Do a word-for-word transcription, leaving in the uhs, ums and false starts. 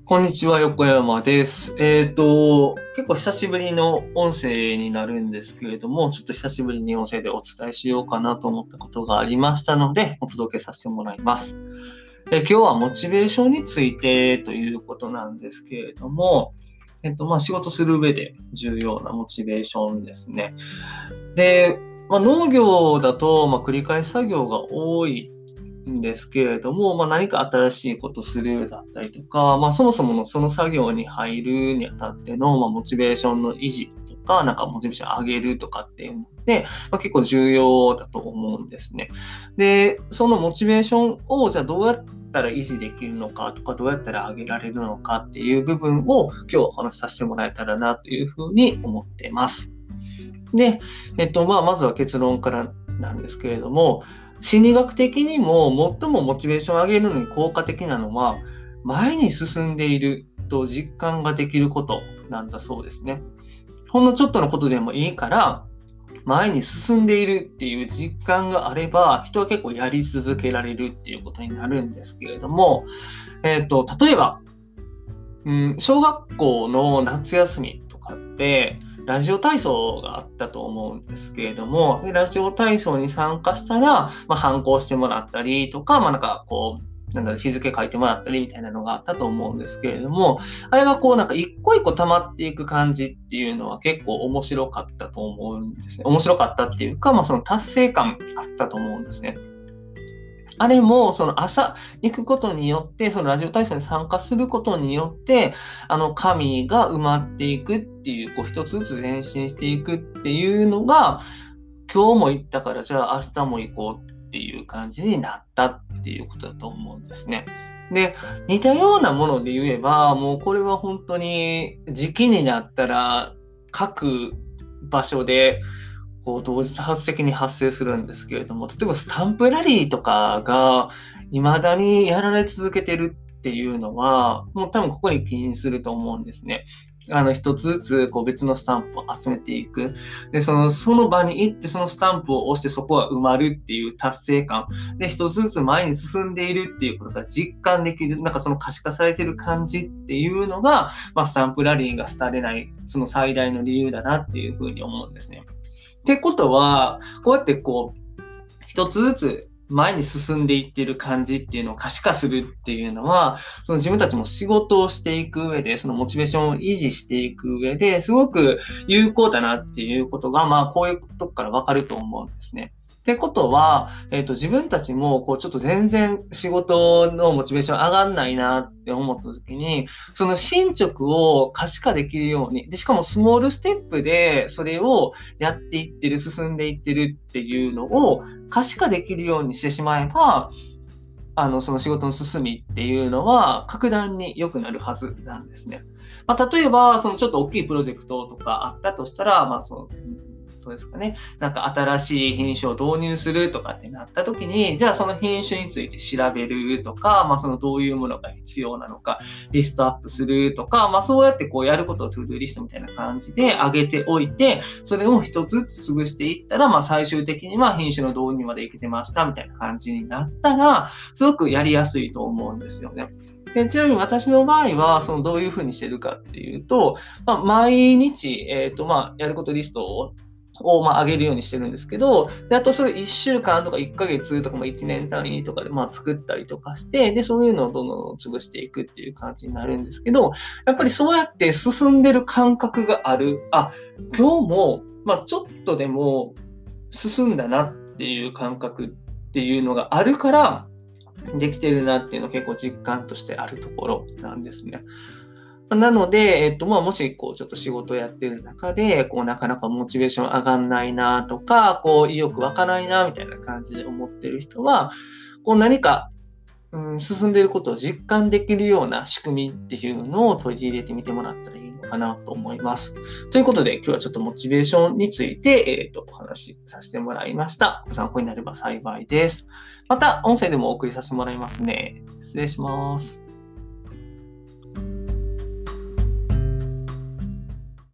こんにちは、横山です。えっと、結構久しぶりの音声になるんですけれども、ちょっと久しぶりに音声でお伝えしようかなと思ったことがありましたので、お届けさせてもらいます。え今日はモチベーションについてということなんですけれども、えっと、まあ、仕事する上で重要なモチベーションですね。で、まあ、農業だと、まあ、繰り返し作業が多いんですけれども、まあ、何か新しいことするだったりとか、まあ、そもそものその作業に入るにあたっての、まあ、モチベーションの維持とか、なんかモチベーション上げるとかっていうので、まあ、結構重要だと思うんですね。で、そのモチベーションをじゃあどうやったら維持できるのかとか、どうやったら上げられるのかっていう部分を今日お話しさせてもらえたらなというふうに思っています。で、えっと、まあ、まずは結論からなんですけれども、心理学的にも最もモチベーションを上げるのに効果的なのは、前に進んでいると実感ができることなんだそうですね。ほんのちょっとのことでもいいから、前に進んでいるっていう実感があれば、人は結構やり続けられるっていうことになるんですけれども、えっと、例えば、うん、小学校の夏休みとかって、ラジオ体操があったと思うんですけれども、でラジオ体操に参加したら、まあ、反抗してもらったりとか、まあ、なんかこう、なんだろう、日付書いてもらったりみたいなのがあったと思うんですけれども、あれがこうなんか一個一個溜まっていく感じっていうのは結構面白かったと思うんですね。面白かったっていうか、まあその達成感あったと思うんですね。あれも、その朝行くことによって、そのラジオ体操に参加することによって、あの紙が埋まっていくっていう、こう一つずつ前進していくっていうのが、今日も行ったからじゃあ明日も行こうっていう感じになったっていうことだと思うんですね。で、似たようなもので言えば、もうこれは本当に時期になったら各場所でこう同時多発的に発生するんですけれども、例えばスタンプラリーとかが未だにやられ続けてるっていうのは、もう多分ここに起因すると思うんですね。あの一つずつこう別のスタンプを集めていく。で、その、その場に行ってそのスタンプを押してそこが埋まるっていう達成感。で、一つずつ前に進んでいるっていうことが実感できる。なんかその可視化されてる感じっていうのが、まあ、スタンプラリーが廃れないその最大の理由だなっていうふうに思うんですね。ってことは、こうやってこう、一つずつ前に進んでいっている感じっていうのを可視化するっていうのは、その自分たちも仕事をしていく上で、そのモチベーションを維持していく上ですごく有効だなっていうことが、まあこういうとこからわかると思うんですね。ってことは、えっと、自分たちも、こう、ちょっと全然仕事のモチベーション上がんないなって思った時に、その進捗を可視化できるように、で、しかもスモールステップでそれをやっていってる、進んでいってるっていうのを可視化できるようにしてしまえば、あの、その仕事の進みっていうのは格段に良くなるはずなんですね。まあ、例えば、そのちょっと大きいプロジェクトとかあったとしたら、まあ、その、どうですかね。なんか新しい品種を導入するとかってなった時に、じゃあその品種について調べるとか、まあそのどういうものが必要なのか、リストアップするとか、まあそうやってこうやることをトゥードゥーリストみたいな感じで上げておいて、それを一つずつ潰していったら、まあ最終的には品種の導入までいけてましたみたいな感じになったら、すごくやりやすいと思うんですよね。でちなみに私の場合は、そのどういうふうにしてるかっていうと、まあ、毎日、えっと、まあ、やることリストををまあ上げるようにしてるんですけど、であとそれいっしゅうかんとかいっかげつとかいちねん単位とかでまあ作ったりとかして、で、そういうのをどんどん潰していくっていう感じになるんですけど、やっぱりそうやって進んでる感覚がある。あ、今日も、まあちょっとでも進んだなっていう感覚っていうのがあるから、できてるなっていうのが結構実感としてあるところなんですね。なので、えっと、まあ、もし、こう、ちょっと仕事をやってる中で、こう、なかなかモチベーション上がんないなとか、こう、意欲湧かないな、みたいな感じで思ってる人は、こう、何か、うん、進んでいることを実感できるような仕組みっていうのを取り入れてみてもらったらいいのかなと思います。ということで、今日はちょっとモチベーションについて、えっと、お話しさせてもらいました。ご参考になれば幸いです。また、音声でもお送りさせてもらいますね。失礼します。